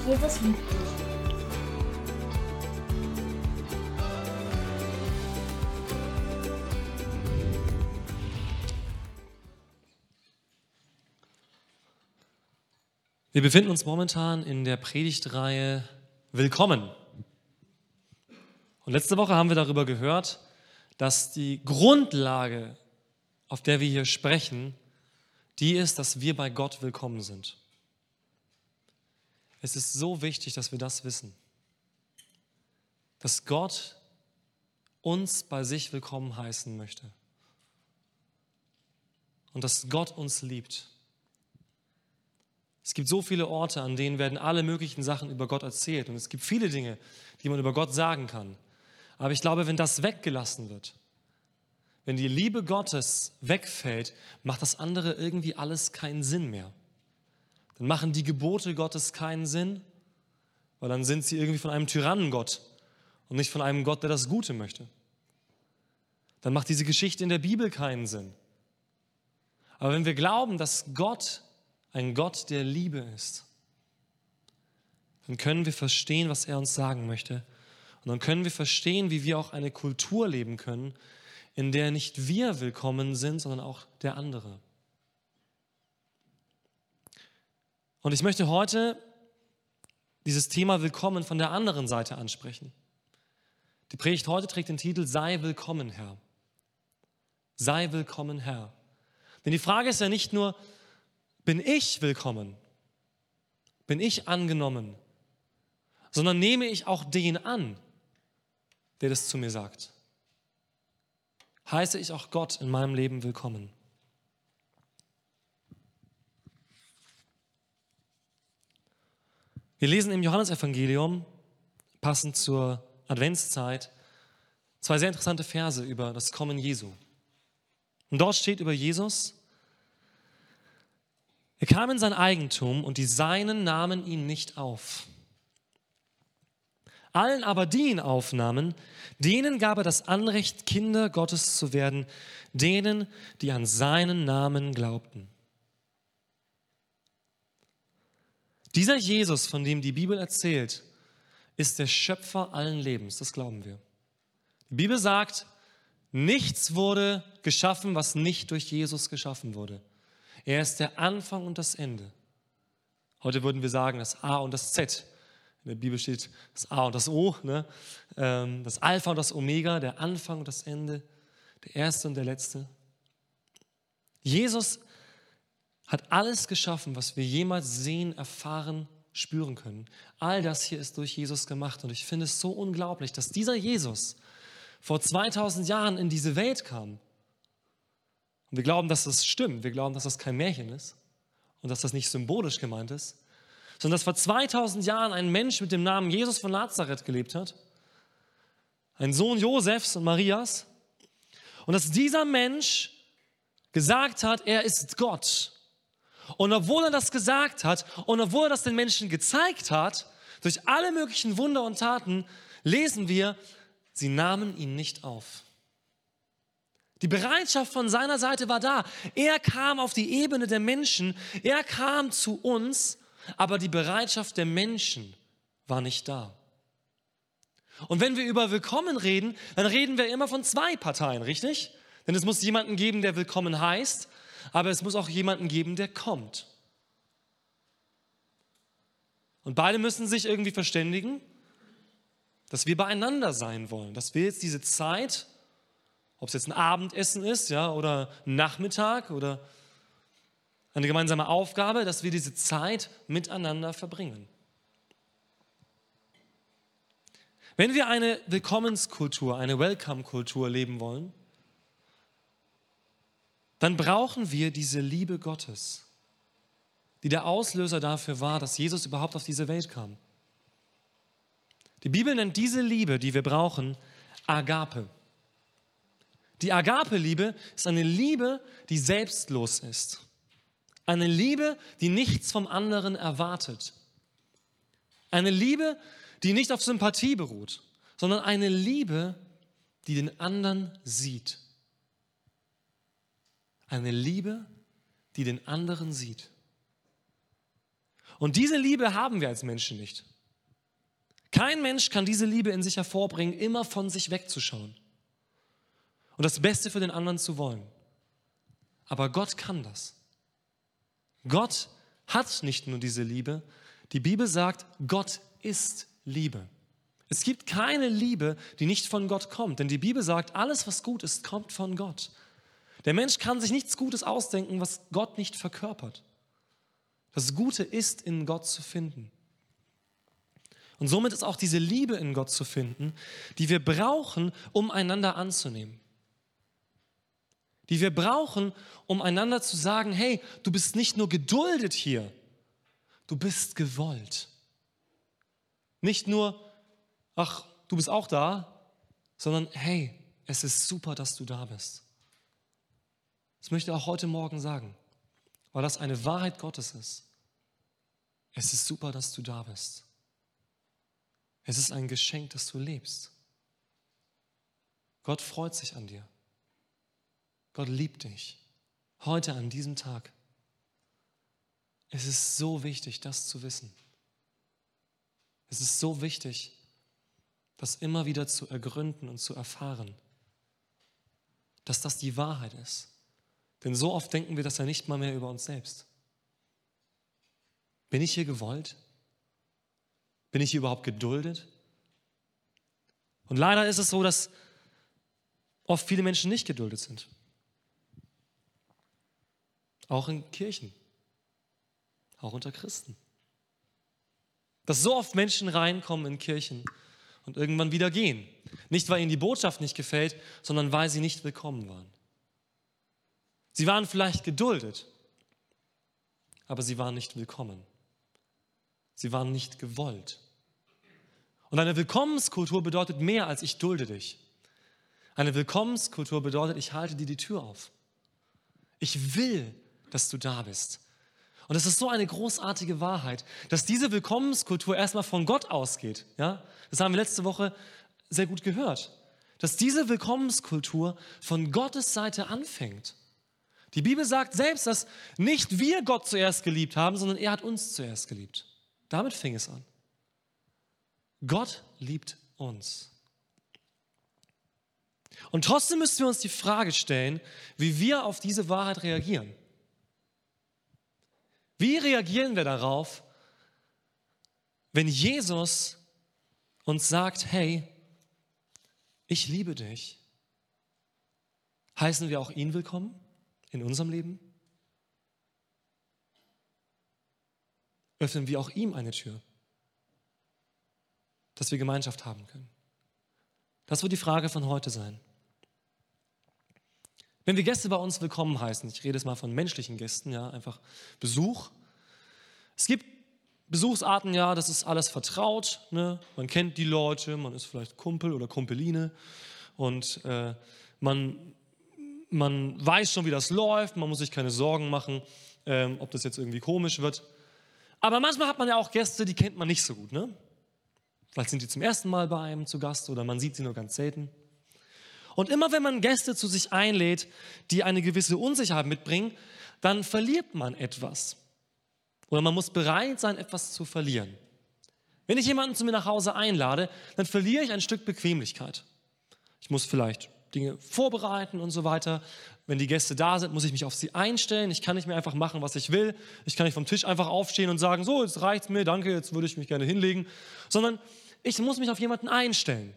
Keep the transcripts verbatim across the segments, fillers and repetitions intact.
Jesus liebt dich. Wir befinden uns momentan in der Predigtreihe Willkommen. Und letzte Woche haben wir darüber gehört, dass die Grundlage, auf der wir hier sprechen, die ist, dass wir bei Gott willkommen sind. Es ist so wichtig, dass wir das wissen, dass Gott uns bei sich willkommen heißen möchte und dass Gott uns liebt. Es gibt so viele Orte, an denen werden alle möglichen Sachen über Gott erzählt und es gibt viele Dinge, die man über Gott sagen kann. Aber ich glaube, wenn das weggelassen wird, wenn die Liebe Gottes wegfällt, macht das andere irgendwie alles keinen Sinn mehr. Dann machen die Gebote Gottes keinen Sinn, weil dann sind sie irgendwie von einem Tyrannengott und nicht von einem Gott, der das Gute möchte. Dann macht diese Geschichte in der Bibel keinen Sinn. Aber wenn wir glauben, dass Gott ein Gott der Liebe ist, dann können wir verstehen, was er uns sagen möchte. Und dann können wir verstehen, wie wir auch eine Kultur leben können, in der nicht wir willkommen sind, sondern auch der andere. Und ich möchte heute dieses Thema Willkommen von der anderen Seite ansprechen. Die Predigt heute trägt den Titel Sei willkommen, Herr. Sei willkommen, Herr. Denn die Frage ist ja nicht nur, bin ich willkommen? Bin ich angenommen? Sondern nehme ich auch den an, der das zu mir sagt? Heiße ich auch Gott in meinem Leben willkommen? Wir lesen im Johannesevangelium, passend zur Adventszeit, zwei sehr interessante Verse über das Kommen Jesu. Und dort steht über Jesus: Er kam in sein Eigentum und die Seinen nahmen ihn nicht auf. Allen aber, die ihn aufnahmen, denen gab er das Anrecht, Kinder Gottes zu werden, denen, die an seinen Namen glaubten. Dieser Jesus, von dem die Bibel erzählt, ist der Schöpfer allen Lebens, das glauben wir. Die Bibel sagt, nichts wurde geschaffen, was nicht durch Jesus geschaffen wurde. Er ist der Anfang und das Ende. Heute würden wir sagen, das A und das Z. In der Bibel steht das A und das O, ne? Das Alpha und das Omega, der Anfang und das Ende, der Erste und der Letzte. Jesus hat alles geschaffen, was wir jemals sehen, erfahren, spüren können. All das hier ist durch Jesus gemacht. Und ich finde es so unglaublich, dass dieser Jesus vor zweitausend Jahren in diese Welt kam. Und wir glauben, dass das stimmt. Wir glauben, dass das kein Märchen ist und dass das nicht symbolisch gemeint ist, sondern dass vor zweitausend Jahren ein Mensch mit dem Namen Jesus von Nazareth gelebt hat, ein Sohn Josefs und Marias, und dass dieser Mensch gesagt hat, er ist Gott. Und obwohl er das gesagt hat und obwohl er das den Menschen gezeigt hat, durch alle möglichen Wunder und Taten, lesen wir, sie nahmen ihn nicht auf. Die Bereitschaft von seiner Seite war da. Er kam auf die Ebene der Menschen, er kam zu uns, aber die Bereitschaft der Menschen war nicht da. Und wenn wir über Willkommen reden, dann reden wir immer von zwei Parteien, richtig? Denn es muss jemanden geben, der willkommen heißt, aber es muss auch jemanden geben, der kommt. Und beide müssen sich irgendwie verständigen, dass wir beieinander sein wollen, dass wir jetzt diese Zeit, ob es jetzt ein Abendessen ist, ja, oder ein Nachmittag oder eine gemeinsame Aufgabe, dass wir diese Zeit miteinander verbringen. Wenn wir eine Willkommenskultur, eine Welcome-Kultur leben wollen, dann brauchen wir diese Liebe Gottes, die der Auslöser dafür war, dass Jesus überhaupt auf diese Welt kam. Die Bibel nennt diese Liebe, die wir brauchen, Agape. Die Agape-Liebe ist eine Liebe, die selbstlos ist. Eine Liebe, die nichts vom anderen erwartet. Eine Liebe, die nicht auf Sympathie beruht, sondern eine Liebe, die den anderen sieht. Eine Liebe, die den anderen sieht. Und diese Liebe haben wir als Menschen nicht. Kein Mensch kann diese Liebe in sich hervorbringen, immer von sich wegzuschauen und das Beste für den anderen zu wollen. Aber Gott kann das. Gott hat nicht nur diese Liebe. Die Bibel sagt, Gott ist Liebe. Es gibt keine Liebe, die nicht von Gott kommt. Denn die Bibel sagt, alles, was gut ist, kommt von Gott. Der Mensch kann sich nichts Gutes ausdenken, was Gott nicht verkörpert. Das Gute ist in Gott zu finden. Und somit ist auch diese Liebe in Gott zu finden, die wir brauchen, um einander anzunehmen. Die wir brauchen, um einander zu sagen, hey, du bist nicht nur geduldet hier, du bist gewollt. Nicht nur, ach, du bist auch da, sondern hey, es ist super, dass du da bist. Das möchte ich auch heute Morgen sagen, weil das eine Wahrheit Gottes ist. Es ist super, dass du da bist. Es ist ein Geschenk, dass du lebst. Gott freut sich an dir. Gott liebt dich. Heute an diesem Tag. Es ist so wichtig, das zu wissen. Es ist so wichtig, das immer wieder zu ergründen und zu erfahren, dass das die Wahrheit ist. Denn so oft denken wir das ja nicht mal mehr über uns selbst. Bin ich hier gewollt? Bin ich hier überhaupt geduldet? Und leider ist es so, dass oft viele Menschen nicht geduldet sind. Auch in Kirchen. Auch unter Christen. Dass so oft Menschen reinkommen in Kirchen und irgendwann wieder gehen. Nicht, weil ihnen die Botschaft nicht gefällt, sondern weil sie nicht willkommen waren. Sie waren vielleicht geduldet, aber sie waren nicht willkommen. Sie waren nicht gewollt. Und eine Willkommenskultur bedeutet mehr als ich dulde dich. Eine Willkommenskultur bedeutet, ich halte dir die Tür auf. Ich will, dass du da bist. Und es ist so eine großartige Wahrheit, dass diese Willkommenskultur erstmal von Gott ausgeht. Ja? Das haben wir letzte Woche sehr gut gehört. Dass diese Willkommenskultur von Gottes Seite anfängt. Die Bibel sagt selbst, dass nicht wir Gott zuerst geliebt haben, sondern er hat uns zuerst geliebt. Damit fing es an. Gott liebt uns. Und trotzdem müssen wir uns die Frage stellen, wie wir auf diese Wahrheit reagieren. Wie reagieren wir darauf, wenn Jesus uns sagt, hey, ich liebe dich? Heißen wir auch ihn willkommen in unserem Leben? Öffnen wir auch ihm eine Tür, dass wir Gemeinschaft haben können? Das wird die Frage von heute sein. Wenn wir Gäste bei uns willkommen heißen, ich rede jetzt mal von menschlichen Gästen, ja, einfach Besuch. Es gibt Besuchsarten, ja, das ist alles vertraut, ne? Man kennt die Leute, man ist vielleicht Kumpel oder Kumpeline und äh, man, man weiß schon, wie das läuft, man muss sich keine Sorgen machen, ähm, ob das jetzt irgendwie komisch wird. Aber manchmal hat man ja auch Gäste, die kennt man nicht so gut, ne? Vielleicht sind die zum ersten Mal bei einem zu Gast oder man sieht sie nur ganz selten. Und immer wenn man Gäste zu sich einlädt, die eine gewisse Unsicherheit mitbringen, dann verliert man etwas. Oder man muss bereit sein, etwas zu verlieren. Wenn ich jemanden zu mir nach Hause einlade, dann verliere ich ein Stück Bequemlichkeit. Ich muss vielleicht Dinge vorbereiten und so weiter. Wenn die Gäste da sind, muss ich mich auf sie einstellen. Ich kann nicht mehr einfach machen, was ich will. Ich kann nicht vom Tisch einfach aufstehen und sagen, so, jetzt reicht's mir, danke, jetzt würde ich mich gerne hinlegen. Sondern ich muss mich auf jemanden einstellen.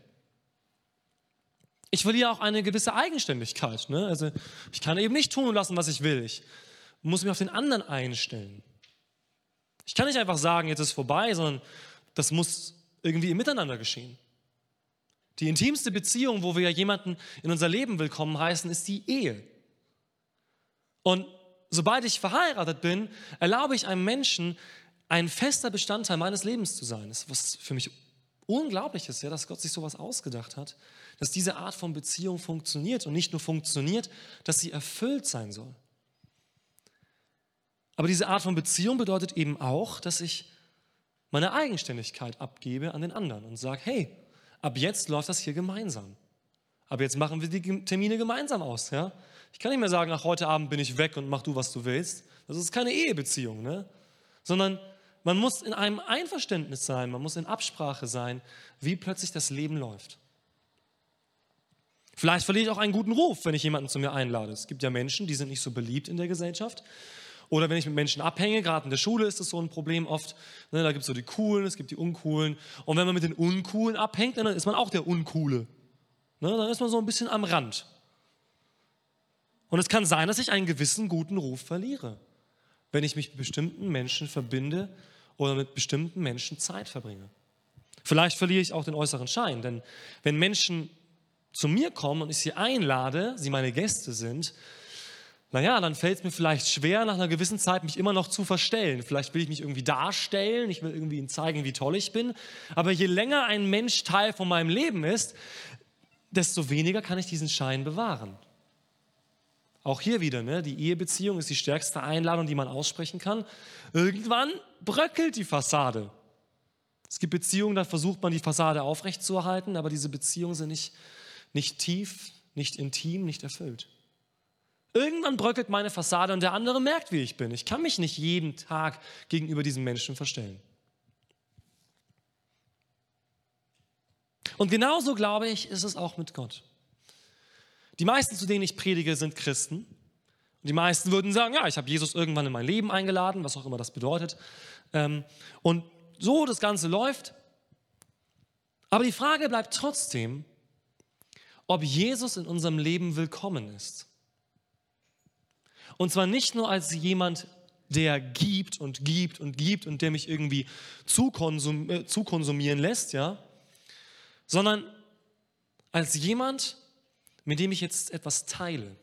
Ich verliere auch eine gewisse Eigenständigkeit. Ne? Also ich kann eben nicht tun und lassen, was ich will. Ich muss mich auf den anderen einstellen. Ich kann nicht einfach sagen, jetzt ist vorbei, sondern das muss irgendwie im Miteinander geschehen. Die intimste Beziehung, wo wir jemanden in unser Leben willkommen heißen, ist die Ehe. Und sobald ich verheiratet bin, erlaube ich einem Menschen, ein fester Bestandteil meines Lebens zu sein. Das ist was für mich unglaublich ist, ja, dass Gott sich sowas ausgedacht hat, dass diese Art von Beziehung funktioniert und nicht nur funktioniert, dass sie erfüllt sein soll. Aber diese Art von Beziehung bedeutet eben auch, dass ich meine Eigenständigkeit abgebe an den anderen und sage, hey, ab jetzt läuft das hier gemeinsam. Ab jetzt machen wir die Termine gemeinsam aus. Ja? Ich kann nicht mehr sagen, ach, heute Abend bin ich weg und mach du, was du willst. Das ist keine Ehebeziehung, ne? Sondern man muss in einem Einverständnis sein, man muss in Absprache sein, wie plötzlich das Leben läuft. Vielleicht verliere ich auch einen guten Ruf, wenn ich jemanden zu mir einlade. Es gibt ja Menschen, die sind nicht so beliebt in der Gesellschaft. Oder wenn ich mit Menschen abhänge, gerade in der Schule ist das so ein Problem oft. Ne, da gibt es so die Coolen, es gibt die Uncoolen. Und wenn man mit den Uncoolen abhängt, dann ist man auch der Uncoole. Ne, dann ist man so ein bisschen am Rand. Und es kann sein, dass ich einen gewissen guten Ruf verliere, wenn ich mich mit bestimmten Menschen verbinde oder mit bestimmten Menschen Zeit verbringe. Vielleicht verliere ich auch den äußeren Schein, denn wenn Menschen zu mir kommen und ich sie einlade, sie meine Gäste sind, naja, dann fällt es mir vielleicht schwer, nach einer gewissen Zeit mich immer noch zu verstellen. Vielleicht will ich mich irgendwie darstellen, ich will irgendwie ihnen zeigen, wie toll ich bin. Aber je länger ein Mensch Teil von meinem Leben ist, desto weniger kann ich diesen Schein bewahren. Auch hier wieder, ne? Die Ehebeziehung ist die stärkste Einladung, die man aussprechen kann. Irgendwann bröckelt die Fassade. Es gibt Beziehungen, da versucht man die Fassade aufrechtzuerhalten, aber diese Beziehungen sind nicht, nicht tief, nicht intim, nicht erfüllt. Irgendwann bröckelt meine Fassade und der andere merkt, wie ich bin. Ich kann mich nicht jeden Tag gegenüber diesem Menschen verstellen. Und genauso, glaube ich, ist es auch mit Gott. Die meisten, zu denen ich predige, sind Christen. Und die meisten würden sagen, ja, ich habe Jesus irgendwann in mein Leben eingeladen, was auch immer das bedeutet. Und so das Ganze läuft. Aber die Frage bleibt trotzdem, ob Jesus in unserem Leben willkommen ist. Und zwar nicht nur als jemand, der gibt und gibt und gibt und der mich irgendwie zukonsum, äh, zukonsumieren lässt, ja, sondern als jemand, mit dem ich jetzt etwas teile.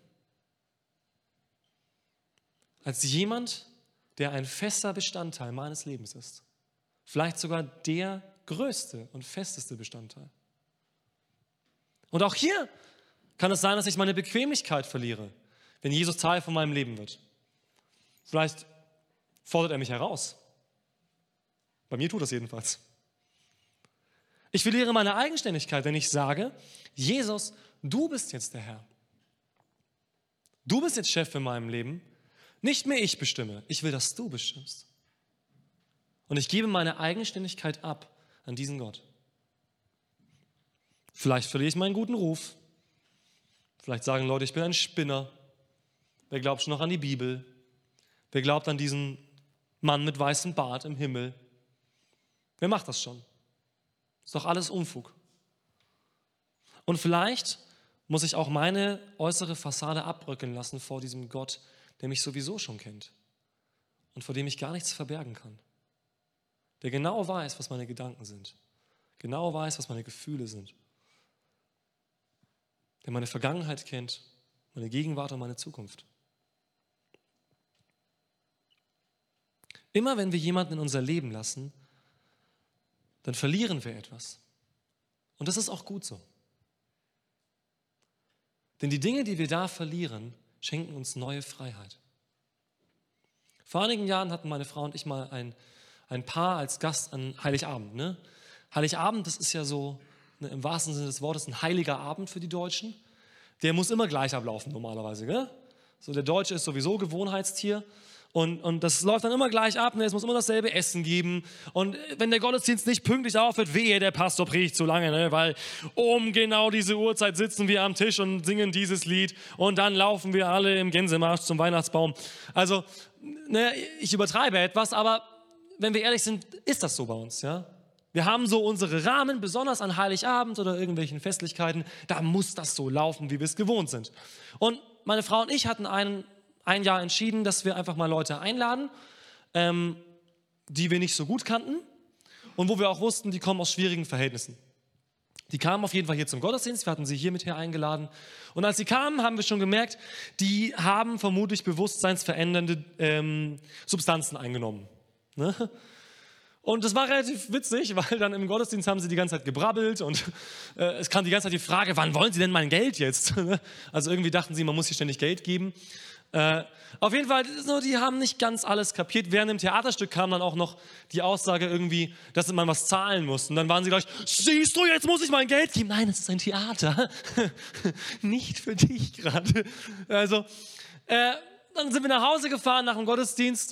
Als jemand, der ein fester Bestandteil meines Lebens ist. Vielleicht sogar der größte und festeste Bestandteil. Und auch hier kann es sein, dass ich meine Bequemlichkeit verliere, wenn Jesus Teil von meinem Leben wird. Vielleicht fordert er mich heraus. Bei mir tut das jedenfalls. Ich verliere meine Eigenständigkeit, wenn ich sage, Jesus, du bist jetzt der Herr. Du bist jetzt Chef in meinem Leben. Nicht mehr ich bestimme. Ich will, dass du bestimmst. Und ich gebe meine Eigenständigkeit ab an diesen Gott. Vielleicht verliere ich meinen guten Ruf. Vielleicht sagen Leute, ich bin ein Spinner. Wer glaubt schon noch an die Bibel? Wer glaubt an diesen Mann mit weißem Bart im Himmel? Wer macht das schon? Ist doch alles Unfug. Und vielleicht muss ich auch meine äußere Fassade abbröckeln lassen vor diesem Gott, der mich sowieso schon kennt und vor dem ich gar nichts verbergen kann. Der genau weiß, was meine Gedanken sind. Genau weiß, was meine Gefühle sind. Der meine Vergangenheit kennt, meine Gegenwart und meine Zukunft. Immer wenn wir jemanden in unser Leben lassen, dann verlieren wir etwas. Und das ist auch gut so. Denn die Dinge, die wir da verlieren, schenken uns neue Freiheit. Vor einigen Jahren hatten meine Frau und ich mal ein, ein Paar als Gast an Heiligabend. Ne? Heiligabend, das ist ja so, ne, im wahrsten Sinne des Wortes, ein heiliger Abend für die Deutschen. Der muss immer gleich ablaufen normalerweise. Gell? So, der Deutsche ist sowieso Gewohnheitstier. Und, und das läuft dann immer gleich ab, ne? Es muss immer dasselbe Essen geben. Und wenn der Gottesdienst nicht pünktlich aufhört, wehe, der Pastor predigt zu lange, ne? Weil um genau diese Uhrzeit sitzen wir am Tisch und singen dieses Lied und dann laufen wir alle im Gänsemarsch zum Weihnachtsbaum. Also, ne, ich übertreibe etwas, aber wenn wir ehrlich sind, ist das so bei uns, ja? Wir haben so unsere Rahmen, besonders an Heiligabend oder irgendwelchen Festlichkeiten, da muss das so laufen, wie wir es gewohnt sind. Und meine Frau und ich hatten einen ein Jahr entschieden, dass wir einfach mal Leute einladen, ähm, die wir nicht so gut kannten und wo wir auch wussten, die kommen aus schwierigen Verhältnissen. Die kamen auf jeden Fall hier zum Gottesdienst, wir hatten sie hier mit her eingeladen. Und als sie kamen, haben wir schon gemerkt, die haben vermutlich bewusstseinsverändernde ähm, Substanzen eingenommen. Ne? Und das war relativ witzig, weil dann im Gottesdienst haben sie die ganze Zeit gebrabbelt und äh, es kam die ganze Zeit die Frage, wann wollen sie denn mein Geld jetzt? Also irgendwie dachten sie, man muss hier ständig Geld geben. Äh, auf jeden Fall, die haben nicht ganz alles kapiert. Während dem Theaterstück kam dann auch noch die Aussage irgendwie, dass man was zahlen muss. Und dann waren sie gleich, siehst du, jetzt muss ich mein Geld geben. Nein, es ist ein Theater. Nicht für dich gerade. Also, äh, dann sind wir nach Hause gefahren nach dem Gottesdienst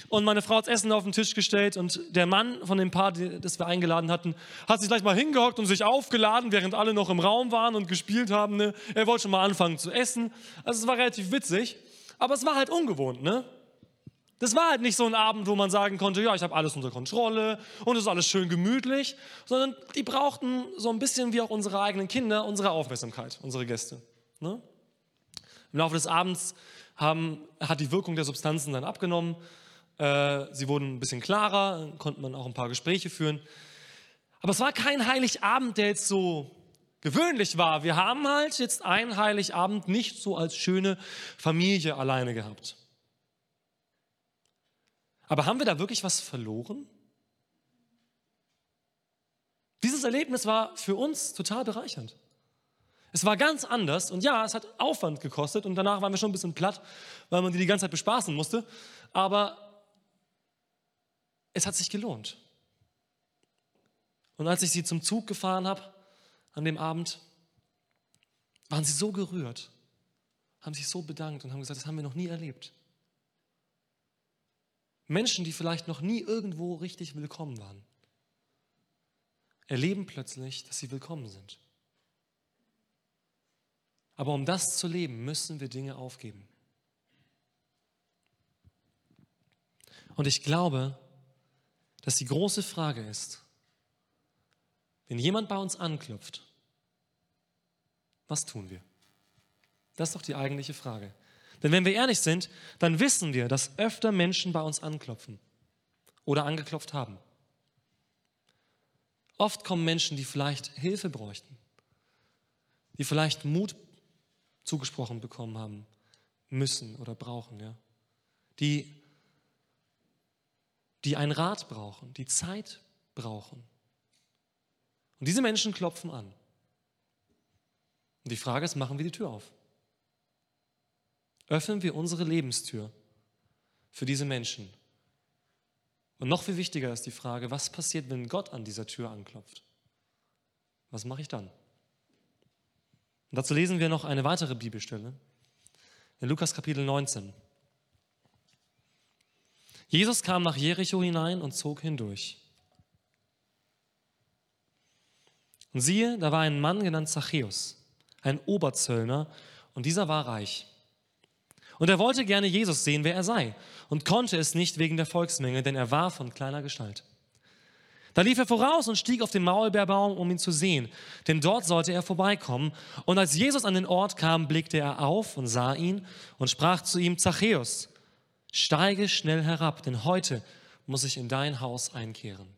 Und meine Frau hat das Essen auf den Tisch gestellt und der Mann von dem Paar, das wir eingeladen hatten, hat sich gleich mal hingehockt und sich aufgeladen, während alle noch im Raum waren und gespielt haben. Ne? Er wollte schon mal anfangen zu essen. Also es war relativ witzig, aber es war halt ungewohnt. Ne? Das war halt nicht so ein Abend, wo man sagen konnte, ja, ich habe alles unter Kontrolle und es ist alles schön gemütlich, sondern die brauchten so ein bisschen wie auch unsere eigenen Kinder unsere Aufmerksamkeit, unsere Gäste. Ne? Im Laufe des Abends haben, hat die Wirkung der Substanzen dann abgenommen. Äh, sie wurden ein bisschen klarer, konnte man auch ein paar Gespräche führen. Aber es war kein Heiligabend, der jetzt so gewöhnlich war. Wir haben halt jetzt einen Heiligabend nicht so als schöne Familie alleine gehabt. Aber haben wir da wirklich was verloren? Dieses Erlebnis war für uns total bereichernd. Es war ganz anders und ja, es hat Aufwand gekostet und danach waren wir schon ein bisschen platt, weil man die die ganze Zeit bespaßen musste. Aber es hat sich gelohnt. Und als ich sie zum Zug gefahren habe an dem Abend, waren sie so gerührt, haben sich so bedankt und haben gesagt, das haben wir noch nie erlebt. Menschen, die vielleicht noch nie irgendwo richtig willkommen waren, erleben plötzlich, dass sie willkommen sind. Aber um das zu leben, müssen wir Dinge aufgeben. Und ich glaube, dass die große Frage ist, wenn jemand bei uns anklopft, was tun wir? Das ist doch die eigentliche Frage. Denn wenn wir ehrlich sind, dann wissen wir, dass öfter Menschen bei uns anklopfen oder angeklopft haben. Oft kommen Menschen, die vielleicht Hilfe bräuchten, die vielleicht Mut zugesprochen bekommen haben, müssen oder brauchen, ja? die, die einen Rat brauchen, die Zeit brauchen. Und diese Menschen klopfen an. Und die Frage ist, machen wir die Tür auf? Öffnen wir unsere Lebenstür für diese Menschen? Und noch viel wichtiger ist die Frage, was passiert, wenn Gott an dieser Tür anklopft? Was mache ich dann? Und dazu lesen wir noch eine weitere Bibelstelle in Lukas Kapitel neunzehn. Jesus kam nach Jericho hinein und zog hindurch. Und siehe, da war ein Mann genannt Zachäus, ein Oberzöllner, und dieser war reich. Und er wollte gerne Jesus sehen, wer er sei, und konnte es nicht wegen der Volksmenge, denn er war von kleiner Gestalt. Da lief er voraus und stieg auf den Maulbeerbaum, um ihn zu sehen, denn dort sollte er vorbeikommen. Und als Jesus an den Ort kam, blickte er auf und sah ihn und sprach zu ihm: Zachäus, steige schnell herab, denn heute muss ich in dein Haus einkehren.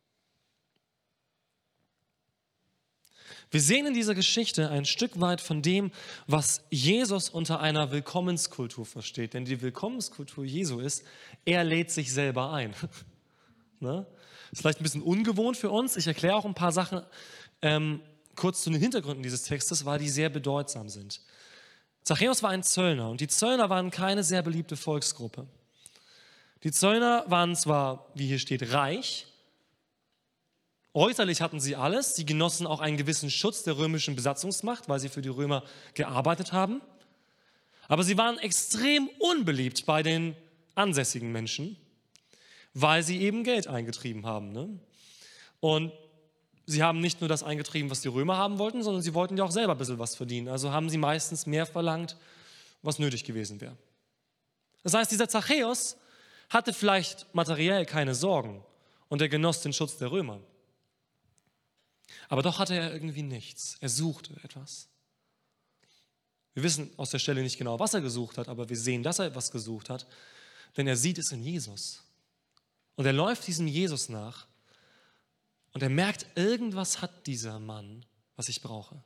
Wir sehen in dieser Geschichte ein Stück weit von dem, was Jesus unter einer Willkommenskultur versteht. Denn die Willkommenskultur Jesu ist, er lädt sich selber ein. Ne? Ist vielleicht ein bisschen ungewohnt für uns. Ich erkläre auch ein paar Sachen ähm, kurz zu den Hintergründen dieses Textes, weil die sehr bedeutsam sind. Zachäus war ein Zöllner und die Zöllner waren keine sehr beliebte Volksgruppe. Die Zöllner waren zwar, wie hier steht, reich. Äußerlich hatten sie alles. Sie genossen auch einen gewissen Schutz der römischen Besatzungsmacht, weil sie für die Römer gearbeitet haben. Aber sie waren extrem unbeliebt bei den ansässigen Menschen, weil sie eben Geld eingetrieben haben. Ne? Und sie haben nicht nur das eingetrieben, was die Römer haben wollten, sondern sie wollten ja auch selber ein bisschen was verdienen. Also haben sie meistens mehr verlangt, was nötig gewesen wäre. Das heißt, dieser Zachäus hatte vielleicht materiell keine Sorgen und er genoss den Schutz der Römer. Aber doch hatte er irgendwie nichts. Er suchte etwas. Wir wissen aus der Stelle nicht genau, was er gesucht hat, aber wir sehen, dass er etwas gesucht hat, denn er sieht es in Jesus. Und er läuft diesem Jesus nach und er merkt, irgendwas hat dieser Mann, was ich brauche.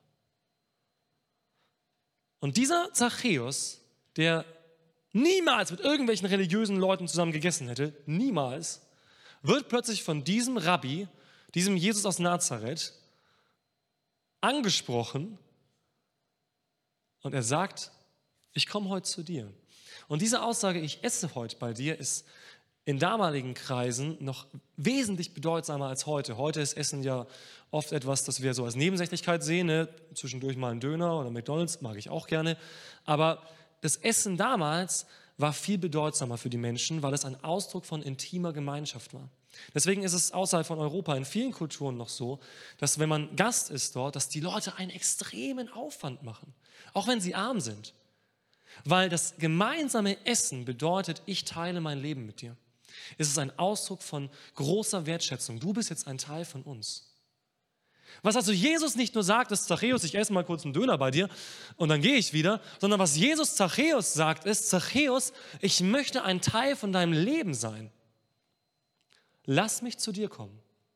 Und dieser Zachäus, der niemals mit irgendwelchen religiösen Leuten zusammen gegessen hätte, niemals, wird plötzlich von diesem Rabbi, diesem Jesus aus Nazareth, angesprochen und er sagt, ich komme heute zu dir. Und diese Aussage, ich esse heute bei dir, ist in damaligen Kreisen noch wesentlich bedeutsamer als heute. Heute ist Essen ja oft etwas, das wir so als Nebensächlichkeit sehen, ne? Zwischendurch mal einen Döner oder McDonald's, mag ich auch gerne. Aber das Essen damals war viel bedeutsamer für die Menschen, weil es ein Ausdruck von intimer Gemeinschaft war. Deswegen ist es außerhalb von Europa in vielen Kulturen noch so, dass wenn man Gast ist dort, dass die Leute einen extremen Aufwand machen, auch wenn sie arm sind. Weil das gemeinsame Essen bedeutet, ich teile mein Leben mit dir. Es ist ein Ausdruck von großer Wertschätzung. Du bist jetzt ein Teil von uns. Was also Jesus nicht nur sagt, ist, Zachäus, ich esse mal kurz einen Döner bei dir und dann gehe ich wieder, sondern was Jesus Zachäus sagt, ist, Zachäus, ich möchte ein Teil von deinem Leben sein. Lass mich zu dir kommen.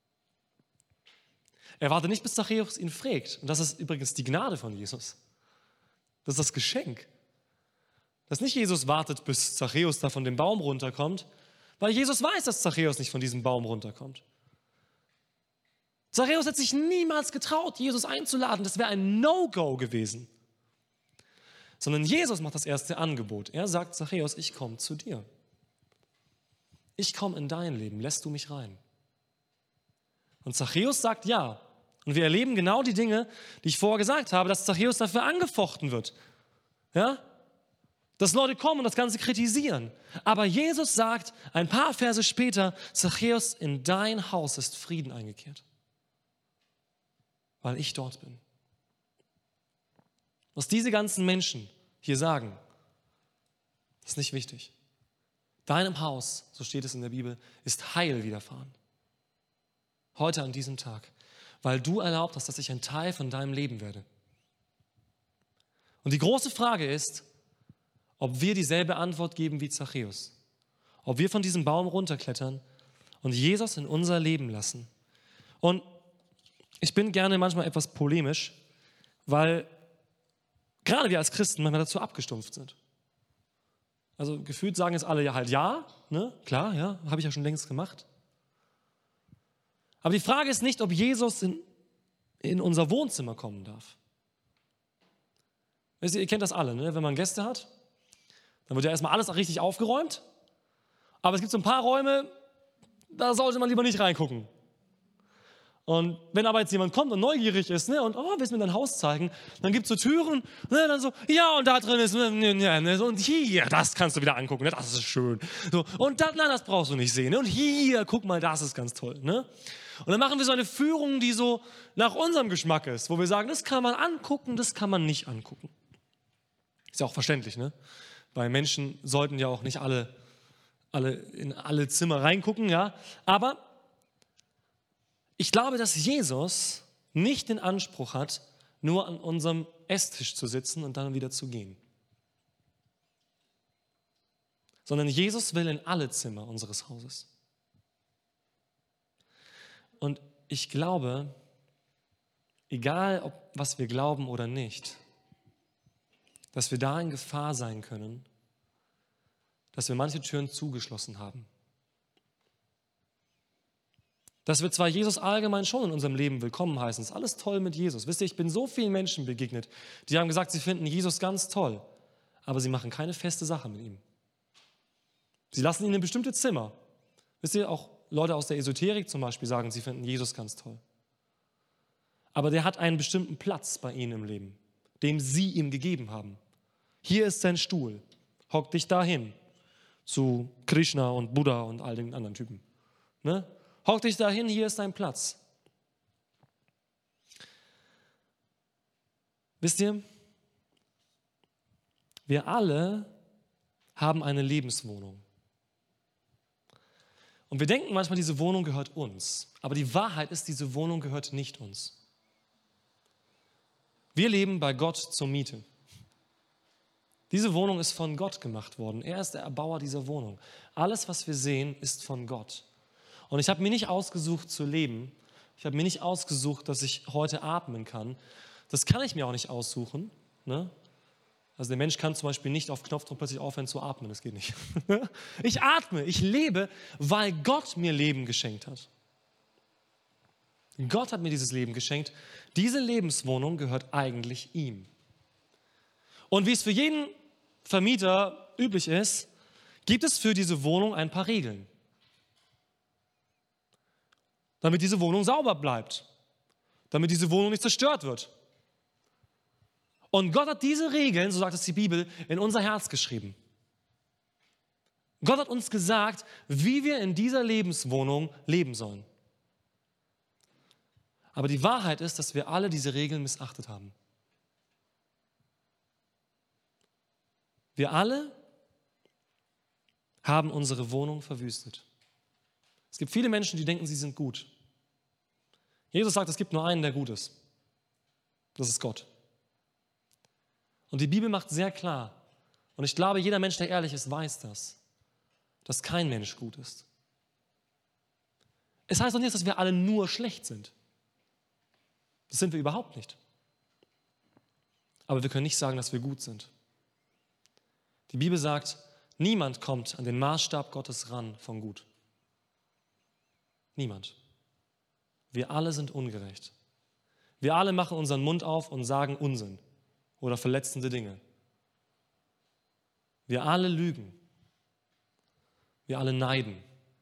Er wartet nicht, bis Zachäus ihn fragt. Und das ist übrigens die Gnade von Jesus. Das ist das Geschenk. Dass nicht Jesus wartet, bis Zachäus da von dem Baum runterkommt, weil Jesus weiß, dass Zachäus nicht von diesem Baum runterkommt. Zachäus hat sich niemals getraut, Jesus einzuladen. Das wäre ein No-Go gewesen. Sondern Jesus macht das erste Angebot. Er sagt, Zachäus, ich komme zu dir. Ich komme in dein Leben, lässt du mich rein? Und Zachäus sagt ja. Und wir erleben genau die Dinge, die ich vorher gesagt habe, dass Zachäus dafür angefochten wird. Ja? Dass Leute kommen und das Ganze kritisieren. Aber Jesus sagt ein paar Verse später, Zachäus, in dein Haus ist Frieden eingekehrt. Weil ich dort bin. Was diese ganzen Menschen hier sagen, ist nicht wichtig. Deinem Haus, so steht es in der Bibel, ist Heil widerfahren. Heute an diesem Tag. Weil du erlaubt hast, dass ich ein Teil von deinem Leben werde. Und die große Frage ist, ob wir dieselbe Antwort geben wie Zachäus. Ob wir von diesem Baum runterklettern und Jesus in unser Leben lassen. Und ich bin gerne manchmal etwas polemisch, weil gerade wir als Christen manchmal dazu abgestumpft sind. Also gefühlt sagen jetzt alle ja halt ja, ne? Klar, ja, habe ich ja schon längst gemacht. Aber die Frage ist nicht, ob Jesus in, in unser Wohnzimmer kommen darf. Ihr, ihr kennt das alle, ne? Wenn man Gäste hat, dann wird ja erstmal alles richtig aufgeräumt. Aber es gibt so ein paar Räume, da sollte man lieber nicht reingucken. Und wenn aber jetzt jemand kommt und neugierig ist, ne, und oh, willst du mir dein Haus zeigen, dann gibt es so Türen, ne, dann so, ja, und da drin ist, ne, ne, und hier, das kannst du wieder angucken, ne, das ist schön. So, und das, nein, das brauchst du nicht sehen. Ne, und hier, guck mal, das ist ganz toll. Ne? Und dann machen wir so eine Führung, die so nach unserem Geschmack ist, wo wir sagen, das kann man angucken, das kann man nicht angucken. Ist ja auch verständlich, ne? Weil Menschen sollten ja auch nicht alle, alle in alle Zimmer reingucken, ja, aber ich glaube, dass Jesus nicht den Anspruch hat, nur an unserem Esstisch zu sitzen und dann wieder zu gehen. Sondern Jesus will in alle Zimmer unseres Hauses. Und ich glaube, egal ob was wir glauben oder nicht, dass wir da in Gefahr sein können, dass wir manche Türen zugeschlossen haben. Dass wir zwar Jesus allgemein schon in unserem Leben willkommen heißen, ist alles toll mit Jesus. Wisst ihr, ich bin so vielen Menschen begegnet, die haben gesagt, sie finden Jesus ganz toll, aber sie machen keine feste Sache mit ihm. Sie lassen ihn in bestimmte Zimmer. Wisst ihr, auch Leute aus der Esoterik zum Beispiel sagen, sie finden Jesus ganz toll. Aber der hat einen bestimmten Platz bei ihnen im Leben, den sie ihm gegeben haben. Hier ist sein Stuhl, hock dich dahin zu Krishna und Buddha und all den anderen Typen. Ne? Hock dich dahin, hier ist dein Platz. Wisst ihr, wir alle haben eine Lebenswohnung. Und wir denken manchmal, diese Wohnung gehört uns. Aber die Wahrheit ist, diese Wohnung gehört nicht uns. Wir leben bei Gott zur Miete. Diese Wohnung ist von Gott gemacht worden. Er ist der Erbauer dieser Wohnung. Alles, was wir sehen, ist von Gott. Und ich habe mir nicht ausgesucht zu leben. Ich habe mir nicht ausgesucht, dass ich heute atmen kann. Das kann ich mir auch nicht aussuchen. Ne? Also der Mensch kann zum Beispiel nicht auf Knopfdruck plötzlich aufhören zu atmen. Das geht nicht. Ich atme, ich lebe, weil Gott mir Leben geschenkt hat. Gott hat mir dieses Leben geschenkt. Diese Lebenswohnung gehört eigentlich ihm. Und wie es für jeden Vermieter üblich ist, gibt es für diese Wohnung ein paar Regeln. Damit diese Wohnung sauber bleibt. Damit diese Wohnung nicht zerstört wird. Und Gott hat diese Regeln, so sagt es die Bibel, in unser Herz geschrieben. Gott hat uns gesagt, wie wir in dieser Lebenswohnung leben sollen. Aber die Wahrheit ist, dass wir alle diese Regeln missachtet haben. Wir alle haben unsere Wohnung verwüstet. Es gibt viele Menschen, die denken, sie sind gut. Jesus sagt, es gibt nur einen, der gut ist. Das ist Gott. Und die Bibel macht sehr klar, und ich glaube, jeder Mensch, der ehrlich ist, weiß das, dass kein Mensch gut ist. Es heißt doch nicht, dass wir alle nur schlecht sind. Das sind wir überhaupt nicht. Aber wir können nicht sagen, dass wir gut sind. Die Bibel sagt, niemand kommt an den Maßstab Gottes ran von gut. Niemand. Wir alle sind ungerecht. Wir alle machen unseren Mund auf und sagen Unsinn oder verletzende Dinge. Wir alle lügen. Wir alle neiden.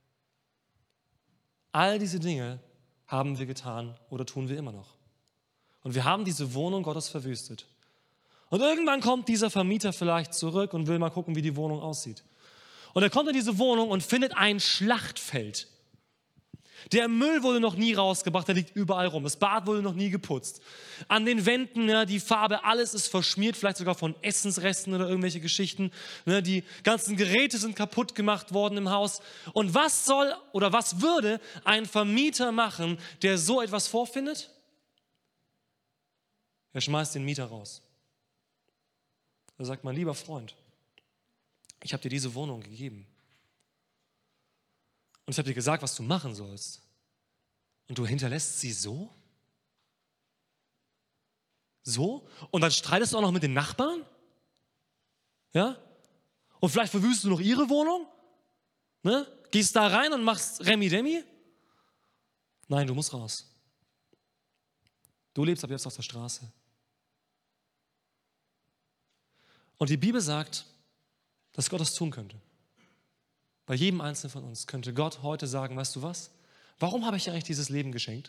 All diese Dinge haben wir getan oder tun wir immer noch. Und wir haben diese Wohnung Gottes verwüstet. Und irgendwann kommt dieser Vermieter vielleicht zurück und will mal gucken, wie die Wohnung aussieht. Und er kommt in diese Wohnung und findet ein Schlachtfeld. Der Müll wurde noch nie rausgebracht, der liegt überall rum. Das Bad wurde noch nie geputzt. An den Wänden, ja, die Farbe, alles ist verschmiert, vielleicht sogar von Essensresten oder irgendwelche Geschichten. Ne, die ganzen Geräte sind kaputt gemacht worden im Haus. Und was soll oder was würde ein Vermieter machen, der so etwas vorfindet? Er schmeißt den Mieter raus. Er sagt, mein lieber Freund, ich habe dir diese Wohnung gegeben. Und ich habe dir gesagt, was du machen sollst. Und du hinterlässt sie so? So? Und dann streitest du auch noch mit den Nachbarn? Ja? Und vielleicht verwüstest du noch ihre Wohnung? Ne? Gehst da rein und machst Remi-Demi? Nein, du musst raus. Du lebst ab jetzt auf der Straße. Und die Bibel sagt, dass Gott das tun könnte. Bei jedem Einzelnen von uns könnte Gott heute sagen, weißt du was? Warum habe ich dir eigentlich dieses Leben geschenkt?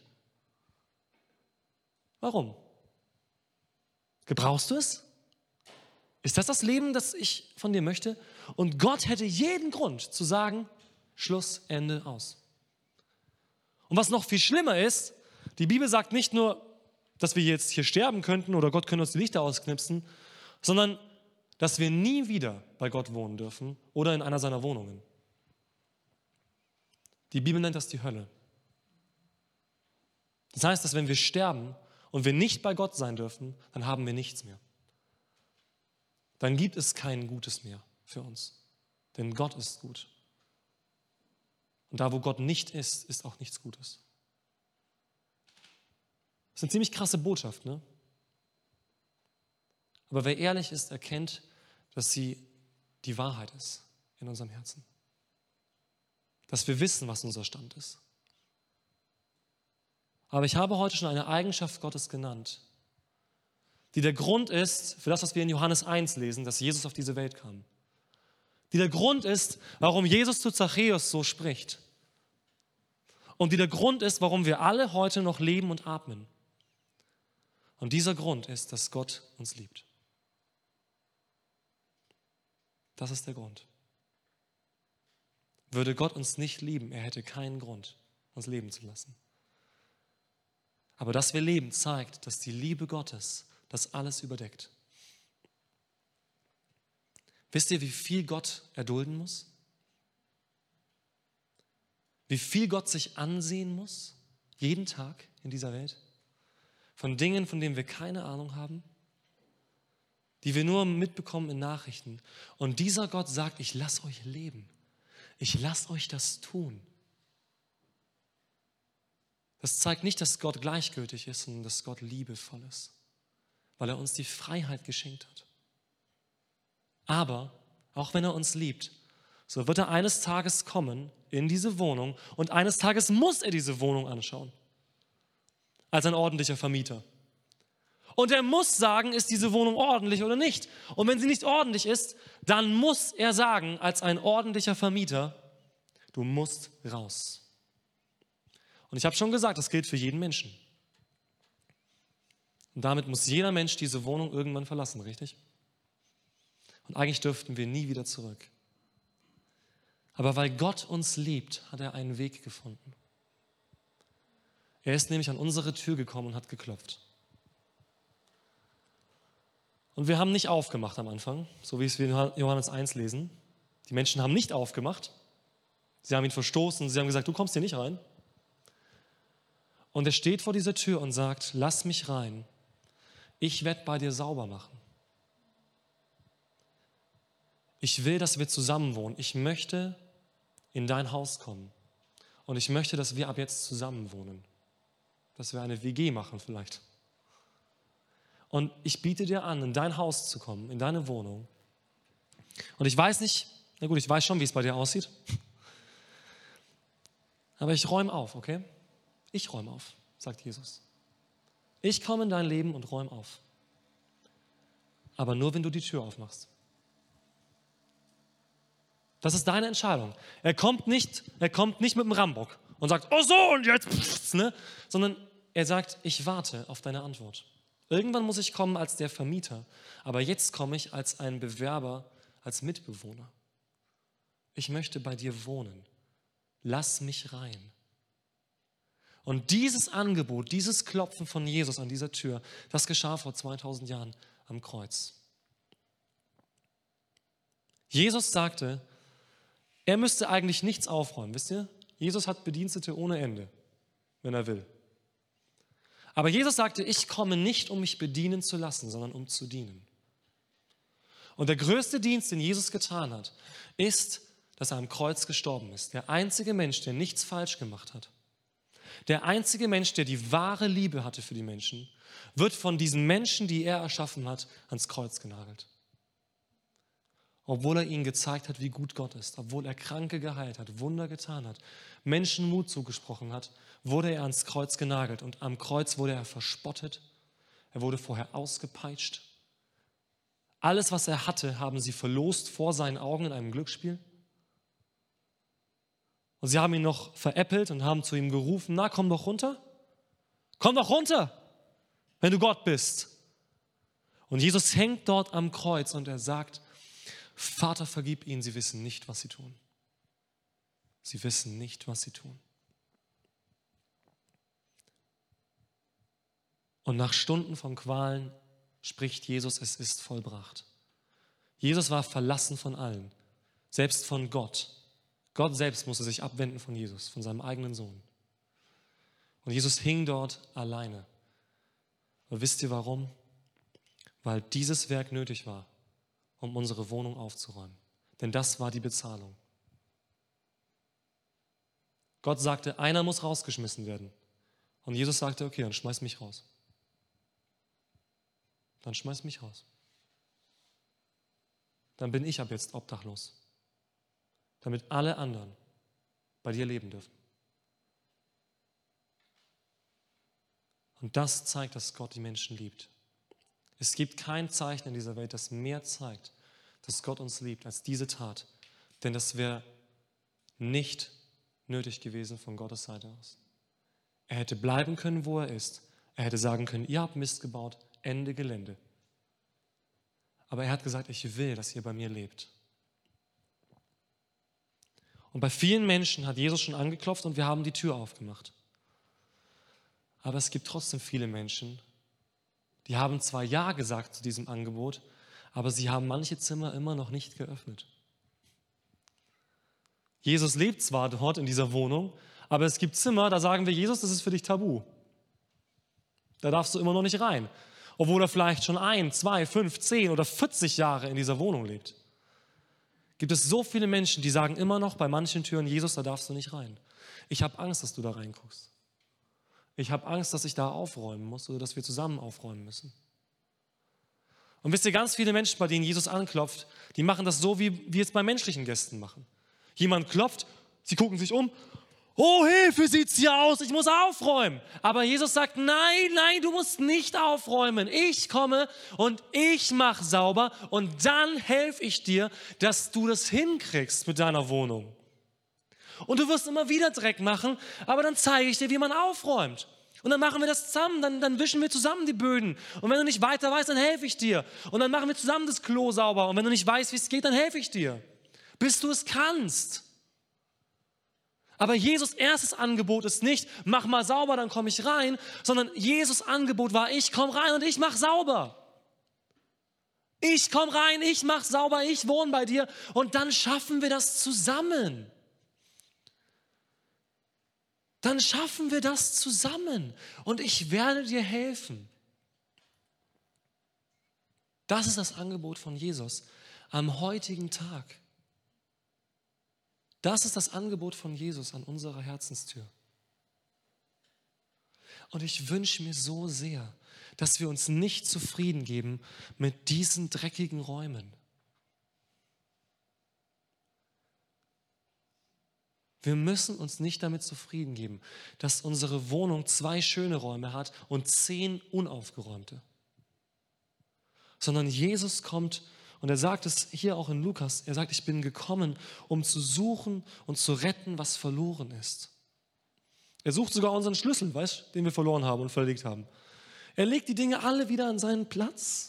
Warum? Gebrauchst du es? Ist das das Leben, das ich von dir möchte? Und Gott hätte jeden Grund zu sagen, Schluss, Ende, aus. Und was noch viel schlimmer ist, die Bibel sagt nicht nur, dass wir jetzt hier sterben könnten oder Gott könnte uns die Lichter ausknipsen, sondern dass wir nie wieder bei Gott wohnen dürfen oder in einer seiner Wohnungen. Die Bibel nennt das die Hölle. Das heißt, dass wenn wir sterben und wir nicht bei Gott sein dürfen, dann haben wir nichts mehr. Dann gibt es kein Gutes mehr für uns. Denn Gott ist gut. Und da, wo Gott nicht ist, ist auch nichts Gutes. Das ist eine ziemlich krasse Botschaft, ne? Aber wer ehrlich ist, erkennt, dass sie die Wahrheit ist in unserem Herzen. Dass wir wissen, was unser Stand ist. Aber ich habe heute schon eine Eigenschaft Gottes genannt, die der Grund ist für das, was wir in Johannes eins lesen, dass Jesus auf diese Welt kam. Die der Grund ist, warum Jesus zu Zachäus so spricht. Und die der Grund ist, warum wir alle heute noch leben und atmen. Und dieser Grund ist, dass Gott uns liebt. Das ist der Grund. Würde Gott uns nicht lieben, er hätte keinen Grund, uns leben zu lassen. Aber dass wir leben, zeigt, dass die Liebe Gottes das alles überdeckt. Wisst ihr, wie viel Gott erdulden muss? Wie viel Gott sich ansehen muss, jeden Tag in dieser Welt? Von Dingen, von denen wir keine Ahnung haben, die wir nur mitbekommen in Nachrichten. Und dieser Gott sagt, ich lasse euch leben. Ich lasse euch das tun. Das zeigt nicht, dass Gott gleichgültig ist, sondern dass Gott liebevoll ist, weil er uns die Freiheit geschenkt hat. Aber auch wenn er uns liebt, so wird er eines Tages kommen in diese Wohnung und eines Tages muss er diese Wohnung anschauen, als ein ordentlicher Vermieter. Und er muss sagen, ist diese Wohnung ordentlich oder nicht. Und wenn sie nicht ordentlich ist, dann muss er sagen, als ein ordentlicher Vermieter, du musst raus. Und ich habe schon gesagt, das gilt für jeden Menschen. Und damit muss jeder Mensch diese Wohnung irgendwann verlassen, richtig? Und eigentlich dürften wir nie wieder zurück. Aber weil Gott uns liebt, hat er einen Weg gefunden. Er ist nämlich an unsere Tür gekommen und hat geklopft. Und wir haben nicht aufgemacht am Anfang, so wie es wir in Johannes eins lesen. Die Menschen haben nicht aufgemacht. Sie haben ihn verstoßen, sie haben gesagt, du kommst hier nicht rein. Und er steht vor dieser Tür und sagt, lass mich rein. Ich werde bei dir sauber machen. Ich will, dass wir zusammen wohnen. Ich möchte in dein Haus kommen. Und ich möchte, dass wir ab jetzt zusammen wohnen. Dass wir eine W G machen vielleicht. Und ich biete dir an, in dein Haus zu kommen, in deine Wohnung. Und ich weiß nicht, na gut, ich weiß schon, wie es bei dir aussieht. Aber ich räume auf, okay? Ich räume auf, sagt Jesus. Ich komme in dein Leben und räume auf. Aber nur, wenn du die Tür aufmachst. Das ist deine Entscheidung. Er kommt nicht, er kommt nicht mit dem Rambock und sagt, oh so und jetzt, pff, ne? Sondern er sagt, ich warte auf deine Antwort. Irgendwann muss ich kommen als der Vermieter, aber jetzt komme ich als ein Bewerber, als Mitbewohner. Ich möchte bei dir wohnen. Lass mich rein. Und dieses Angebot, dieses Klopfen von Jesus an dieser Tür, das geschah vor zweitausend Jahren am Kreuz. Jesus sagte, er müsste eigentlich nichts aufräumen, wisst ihr? Jesus hat Bedienstete ohne Ende, wenn er will. Aber Jesus sagte, ich komme nicht, um mich bedienen zu lassen, sondern um zu dienen. Und der größte Dienst, den Jesus getan hat, ist, dass er am Kreuz gestorben ist. Der einzige Mensch, der nichts falsch gemacht hat. Der einzige Mensch, der die wahre Liebe hatte für die Menschen, wird von diesen Menschen, die er erschaffen hat, ans Kreuz genagelt. Obwohl er ihnen gezeigt hat, wie gut Gott ist, obwohl er Kranke geheilt hat, Wunder getan hat, Menschen Mut zugesprochen hat, wurde er ans Kreuz genagelt und am Kreuz wurde er verspottet, er wurde vorher ausgepeitscht. Alles, was er hatte, haben sie verlost vor seinen Augen in einem Glücksspiel. Und sie haben ihn noch veräppelt und haben zu ihm gerufen, na, komm doch runter, komm doch runter, wenn du Gott bist. Und Jesus hängt dort am Kreuz und er sagt, Vater, vergib ihnen, sie wissen nicht, was sie tun. Sie wissen nicht, was sie tun. Und nach Stunden von Qualen spricht Jesus, es ist vollbracht. Jesus war verlassen von allen, selbst von Gott. Gott selbst musste sich abwenden von Jesus, von seinem eigenen Sohn. Und Jesus hing dort alleine. Und wisst ihr warum? Weil dieses Werk nötig war, um unsere Wohnung aufzuräumen. Denn das war die Bezahlung. Gott sagte, einer muss rausgeschmissen werden. Und Jesus sagte, okay, dann schmeiß mich raus. Dann schmeiß mich raus. Dann bin ich ab jetzt obdachlos. Damit alle anderen bei dir leben dürfen. Und das zeigt, dass Gott die Menschen liebt. Es gibt kein Zeichen in dieser Welt, das mehr zeigt, dass Gott uns liebt, als diese Tat. Denn das wäre nicht nötig gewesen von Gottes Seite aus. Er hätte bleiben können, wo er ist. Er hätte sagen können, ihr habt Mist gebaut, Ende Gelände. Aber er hat gesagt, ich will, dass ihr bei mir lebt. Und bei vielen Menschen hat Jesus schon angeklopft und wir haben die Tür aufgemacht. Aber es gibt trotzdem viele Menschen, die haben zwar Ja gesagt zu diesem Angebot, aber sie haben manche Zimmer immer noch nicht geöffnet. Jesus lebt zwar dort in dieser Wohnung, aber es gibt Zimmer, da sagen wir, Jesus, das ist für dich tabu. Da darfst du immer noch nicht rein. Obwohl er vielleicht schon ein, zwei, fünf, zehn oder vierzig Jahre in dieser Wohnung lebt. Gibt es so viele Menschen, die sagen immer noch bei manchen Türen, Jesus, da darfst du nicht rein. Ich habe Angst, dass du da reinguckst. Ich habe Angst, dass ich da aufräumen muss oder dass wir zusammen aufräumen müssen. Und wisst ihr, ganz viele Menschen, bei denen Jesus anklopft, die machen das so, wie wir es bei menschlichen Gästen machen. Jemand klopft, sie gucken sich um, oh Hilfe, sieht's hier aus, ich muss aufräumen. Aber Jesus sagt, nein, nein, du musst nicht aufräumen. Ich komme und ich mache sauber und dann helfe ich dir, dass du das hinkriegst mit deiner Wohnung. Und du wirst immer wieder Dreck machen, aber dann zeige ich dir, wie man aufräumt. Und dann machen wir das zusammen, dann, dann wischen wir zusammen die Böden. Und wenn du nicht weiter weißt, dann helfe ich dir. Und dann machen wir zusammen das Klo sauber. Und wenn du nicht weißt, wie es geht, dann helfe ich dir. Bis du es kannst. Aber Jesus' erstes Angebot ist nicht, mach mal sauber, dann komme ich rein, sondern Jesus' Angebot war, ich komme rein und ich mach sauber. Ich komme rein, ich mach sauber, ich wohne bei dir und dann schaffen wir das zusammen. Dann schaffen wir das zusammen und ich werde dir helfen. Das ist das Angebot von Jesus am heutigen Tag. Das ist das Angebot von Jesus an unserer Herzenstür. Und ich wünsche mir so sehr, dass wir uns nicht zufrieden geben mit diesen dreckigen Räumen. Wir müssen uns nicht damit zufrieden geben, dass unsere Wohnung zwei schöne Räume hat und zehn unaufgeräumte. Sondern Jesus kommt und er sagt es hier auch in Lukas, er sagt, ich bin gekommen, um zu suchen und zu retten, was verloren ist. Er sucht sogar unseren Schlüssel, weißt, den wir verloren haben und verlegt haben. Er legt die Dinge alle wieder an seinen Platz.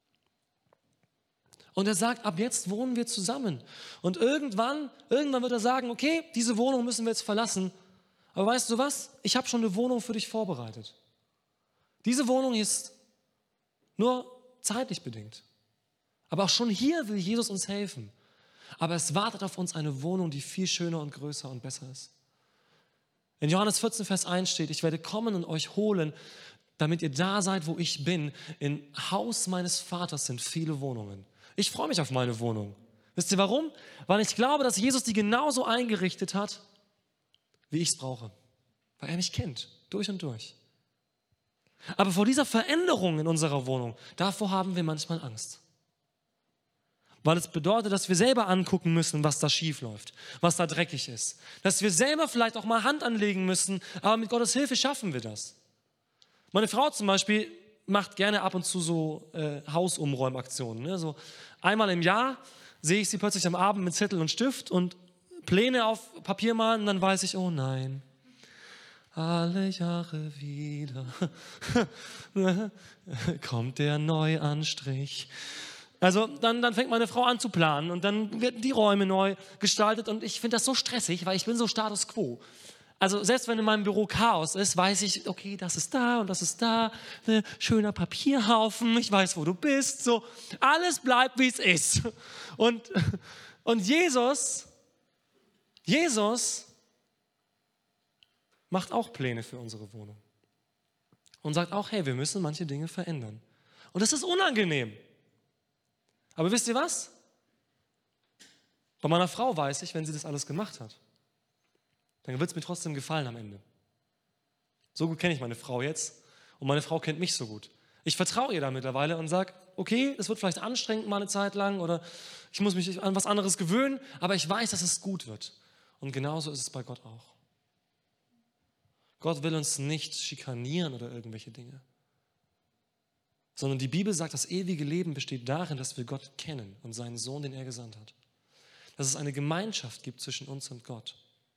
Und er sagt, ab jetzt wohnen wir zusammen. Und irgendwann, irgendwann wird er sagen, okay, diese Wohnung müssen wir jetzt verlassen. Aber weißt du was? Ich habe schon eine Wohnung für dich vorbereitet. Diese Wohnung ist nur zeitlich bedingt. Aber auch schon hier will Jesus uns helfen. Aber es wartet auf uns eine Wohnung, die viel schöner und größer und besser ist. In Johannes vierzehn, Vers eins steht, ich werde kommen und euch holen, damit ihr da seid, wo ich bin. Im Haus meines Vaters sind viele Wohnungen. Ich freue mich auf meine Wohnung. Wisst ihr warum? Weil ich glaube, dass Jesus die genauso eingerichtet hat, wie ich es brauche. Weil er mich kennt, durch und durch. Aber vor dieser Veränderung in unserer Wohnung, davor haben wir manchmal Angst. Weil es bedeutet, dass wir selber angucken müssen, was da schief läuft, was da dreckig ist. Dass wir selber vielleicht auch mal Hand anlegen müssen, aber mit Gottes Hilfe schaffen wir das. Meine Frau zum Beispiel macht gerne ab und zu so äh, Hausumräumaktionen. Ne? So einmal im Jahr sehe ich sie plötzlich am Abend mit Zettel und Stift und Pläne auf Papier malen und dann weiß ich, oh nein, alle Jahre wieder kommt der Neuanstrich. Also dann, dann fängt meine Frau an zu planen und dann werden die Räume neu gestaltet und ich finde das so stressig, weil ich bin so Status Quo. Also selbst wenn in meinem Büro Chaos ist, weiß ich, okay, das ist da und das ist da, ne, schöner Papierhaufen, ich weiß, wo du bist, so, alles bleibt, wie es ist. Und, und Jesus, Jesus macht auch Pläne für unsere Wohnung und sagt auch, hey, wir müssen manche Dinge verändern. Und das ist unangenehm. Aber wisst ihr was? Bei meiner Frau weiß ich, wenn sie das alles gemacht hat, dann wird es mir trotzdem gefallen am Ende. So gut kenne ich meine Frau jetzt und meine Frau kennt mich so gut. Ich vertraue ihr da mittlerweile und sage, okay, es wird vielleicht anstrengend mal eine Zeit lang oder ich muss mich an was anderes gewöhnen, aber ich weiß, dass es gut wird. Und genauso ist es bei Gott auch. Gott will uns nicht schikanieren oder irgendwelche Dinge. Sondern die Bibel sagt, das ewige Leben besteht darin, dass wir Gott kennen und seinen Sohn, den er gesandt hat. Dass es eine Gemeinschaft gibt zwischen uns und Gott.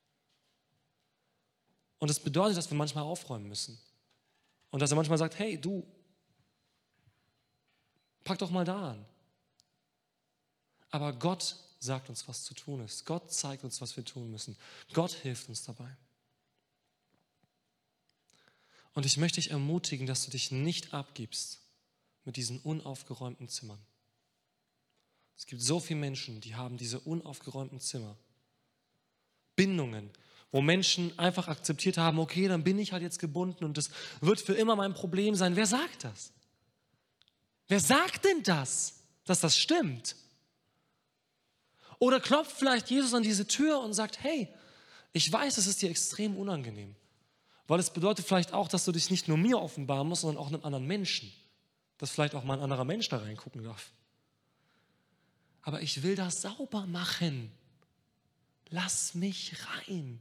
Und das bedeutet, dass wir manchmal aufräumen müssen. Und dass er manchmal sagt, hey, du, pack doch mal da an. Aber Gott sagt uns, was zu tun ist. Gott zeigt uns, was wir tun müssen. Gott hilft uns dabei. Und ich möchte dich ermutigen, dass du dich nicht abgibst mit diesen unaufgeräumten Zimmern. Es gibt so viele Menschen, die haben diese unaufgeräumten Zimmer. Bindungen, wo Menschen einfach akzeptiert haben, okay, dann bin ich halt jetzt gebunden und das wird für immer mein Problem sein. Wer sagt das? Wer sagt denn das, dass das stimmt? Oder klopft vielleicht Jesus an diese Tür und sagt, hey, ich weiß, es ist dir extrem unangenehm. Weil es bedeutet vielleicht auch, dass du dich nicht nur mir offenbaren musst, sondern auch einem anderen Menschen. Dass vielleicht auch mal ein anderer Mensch da reingucken darf. Aber ich will das sauber machen. Lass mich rein.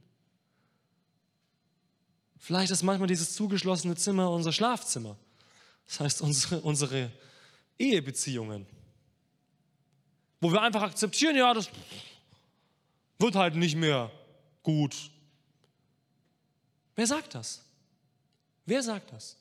Vielleicht ist manchmal dieses zugeschlossene Zimmer unser Schlafzimmer. Das heißt unsere, unsere Ehebeziehungen. Wo wir einfach akzeptieren, ja, das wird halt nicht mehr gut. Wer sagt das? Wer sagt das?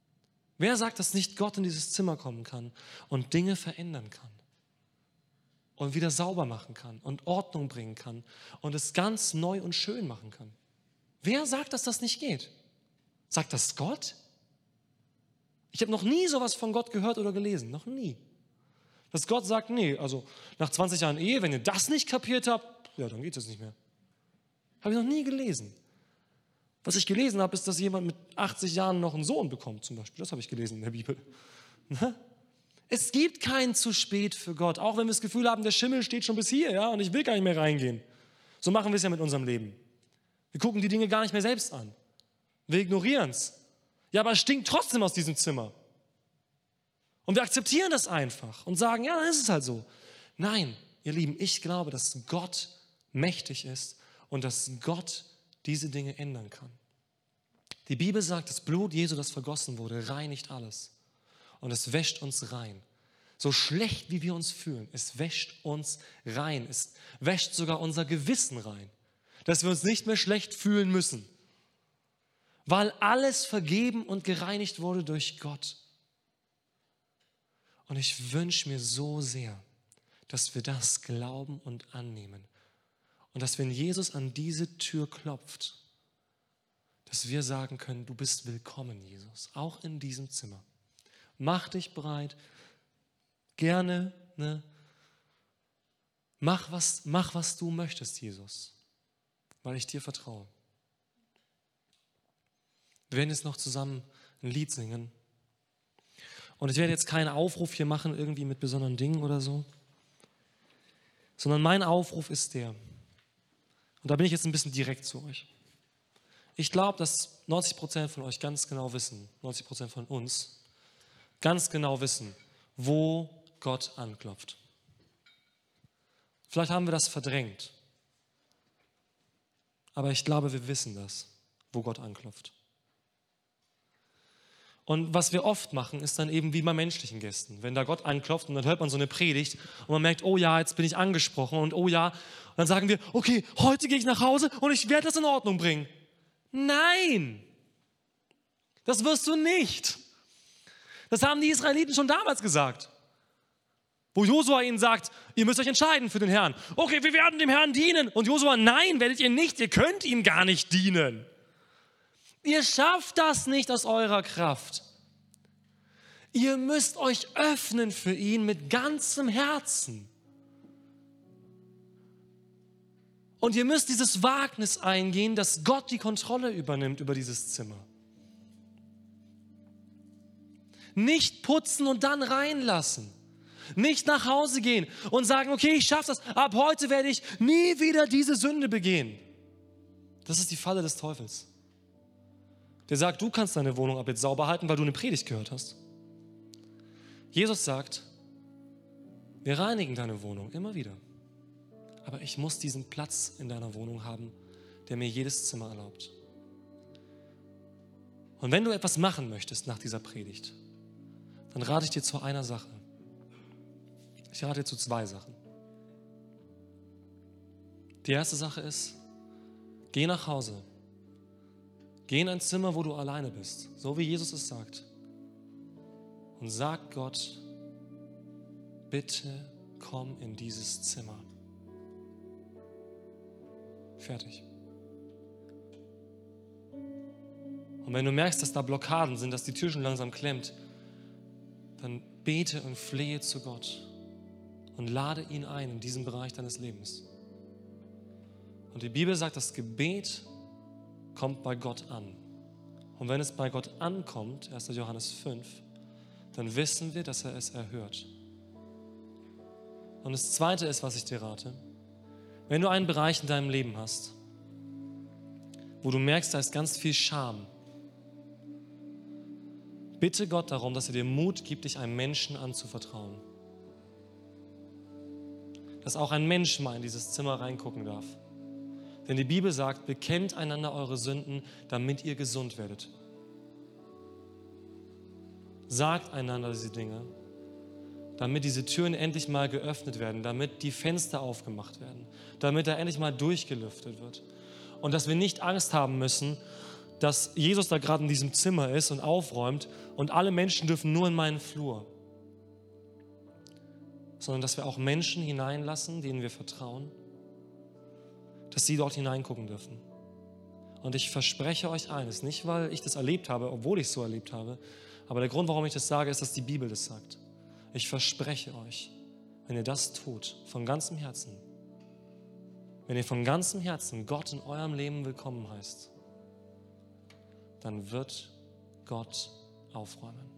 Wer sagt, dass nicht Gott in dieses Zimmer kommen kann und Dinge verändern kann? und wieder sauber machen kann und Ordnung bringen kann und es ganz neu und schön machen kann. Wer sagt, dass das nicht geht? Sagt das Gott? Ich habe noch nie sowas von Gott gehört oder gelesen, noch nie. Dass Gott sagt, nee, also nach zwanzig Jahren Ehe, wenn ihr das nicht kapiert habt, ja, dann geht es nicht mehr. Habe ich noch nie gelesen. Was ich gelesen habe, ist, dass jemand mit achtzig Jahren noch einen Sohn bekommt, zum Beispiel. Das habe ich gelesen in der Bibel. Es gibt kein zu spät für Gott, auch wenn wir das Gefühl haben, der Schimmel steht schon bis hier, ja, und ich will gar nicht mehr reingehen. So machen wir es ja mit unserem Leben. Wir gucken die Dinge gar nicht mehr selbst an. Wir ignorieren es. Ja, aber es stinkt trotzdem aus diesem Zimmer. Und wir akzeptieren das einfach und sagen, ja, dann ist es halt so. Nein, ihr Lieben, ich glaube, dass Gott mächtig ist und dass Gott diese Dinge ändern kann. Die Bibel sagt, das Blut Jesu, das vergossen wurde, reinigt alles. Und es wäscht uns rein. So schlecht, wie wir uns fühlen, es wäscht uns rein. Es wäscht sogar unser Gewissen rein. Dass wir uns nicht mehr schlecht fühlen müssen. Weil alles vergeben und gereinigt wurde durch Gott. Und ich wünsche mir so sehr, dass wir das glauben und annehmen. Und dass, wenn Jesus an diese Tür klopft, dass wir sagen können, du bist willkommen, Jesus, auch in diesem Zimmer. Mach dich bereit, gerne, ne? Mach was, mach, was du möchtest, Jesus, weil ich dir vertraue. Wir werden jetzt noch zusammen ein Lied singen. Und ich werde jetzt keinen Aufruf hier machen, irgendwie mit besonderen Dingen oder so, sondern mein Aufruf ist der, und da bin ich jetzt ein bisschen direkt zu euch. Ich glaube, dass neunzig Prozent von euch ganz genau wissen, neunzig Prozent von uns, ganz genau wissen, wo Gott anklopft. Vielleicht haben wir das verdrängt, aber ich glaube, wir wissen das, wo Gott anklopft. Und was wir oft machen, ist dann eben wie bei menschlichen Gästen. Wenn da Gott anklopft und dann hört man so eine Predigt und man merkt, oh ja, jetzt bin ich angesprochen und oh ja, und dann sagen wir, okay, heute gehe ich nach Hause und ich werde das in Ordnung bringen. Nein, das wirst du nicht. Das haben die Israeliten schon damals gesagt. Wo Josua ihnen sagt, ihr müsst euch entscheiden für den Herrn. Okay, wir werden dem Herrn dienen. Und Josua, nein, werdet ihr nicht, ihr könnt ihm gar nicht dienen. Ihr schafft das nicht aus eurer Kraft. Ihr müsst euch öffnen für ihn mit ganzem Herzen. Und ihr müsst dieses Wagnis eingehen, dass Gott die Kontrolle übernimmt über dieses Zimmer. Nicht putzen und dann reinlassen. Nicht nach Hause gehen und sagen, okay, ich schaffe das. Ab heute werde ich nie wieder diese Sünde begehen. Das ist die Falle des Teufels. Der sagt, du kannst deine Wohnung ab jetzt sauber halten, weil du eine Predigt gehört hast. Jesus sagt, wir reinigen deine Wohnung immer wieder. Aber ich muss diesen Platz in deiner Wohnung haben, der mir jedes Zimmer erlaubt. Und wenn du etwas machen möchtest nach dieser Predigt, dann rate ich dir zu einer Sache. Ich rate dir zu zwei Sachen. Die erste Sache ist, geh nach Hause. Geh in ein Zimmer, wo du alleine bist, so wie Jesus es sagt. Und sag Gott, bitte komm in dieses Zimmer. Fertig. Und wenn du merkst, dass da Blockaden sind, dass die Tür schon langsam klemmt, dann bete und flehe zu Gott und lade ihn ein in diesen Bereich deines Lebens. Und die Bibel sagt, das Gebet kommt bei Gott an. Und wenn es bei Gott ankommt, erster Johannes fünf, dann wissen wir, dass er es erhört. Und das Zweite ist, was ich dir rate, wenn du einen Bereich in deinem Leben hast, wo du merkst, da ist ganz viel Scham, bitte Gott darum, dass er dir Mut gibt, dich einem Menschen anzuvertrauen. Dass auch ein Mensch mal in dieses Zimmer reingucken darf. Denn die Bibel sagt, bekennt einander eure Sünden, damit ihr gesund werdet. Sagt einander diese Dinge, damit diese Türen endlich mal geöffnet werden, damit die Fenster aufgemacht werden, damit er endlich mal durchgelüftet wird. Und dass wir nicht Angst haben müssen, dass Jesus da gerade in diesem Zimmer ist und aufräumt und alle Menschen dürfen nur in meinen Flur. sondern dass wir auch Menschen hineinlassen, denen wir vertrauen, dass sie dort hineingucken dürfen. Und ich verspreche euch eines, nicht weil ich das erlebt habe, obwohl ich es so erlebt habe, aber der Grund, warum ich das sage, ist, dass die Bibel das sagt. Ich verspreche euch, wenn ihr das tut, von ganzem Herzen, wenn ihr von ganzem Herzen Gott in eurem Leben willkommen heißt, dann wird Gott aufräumen.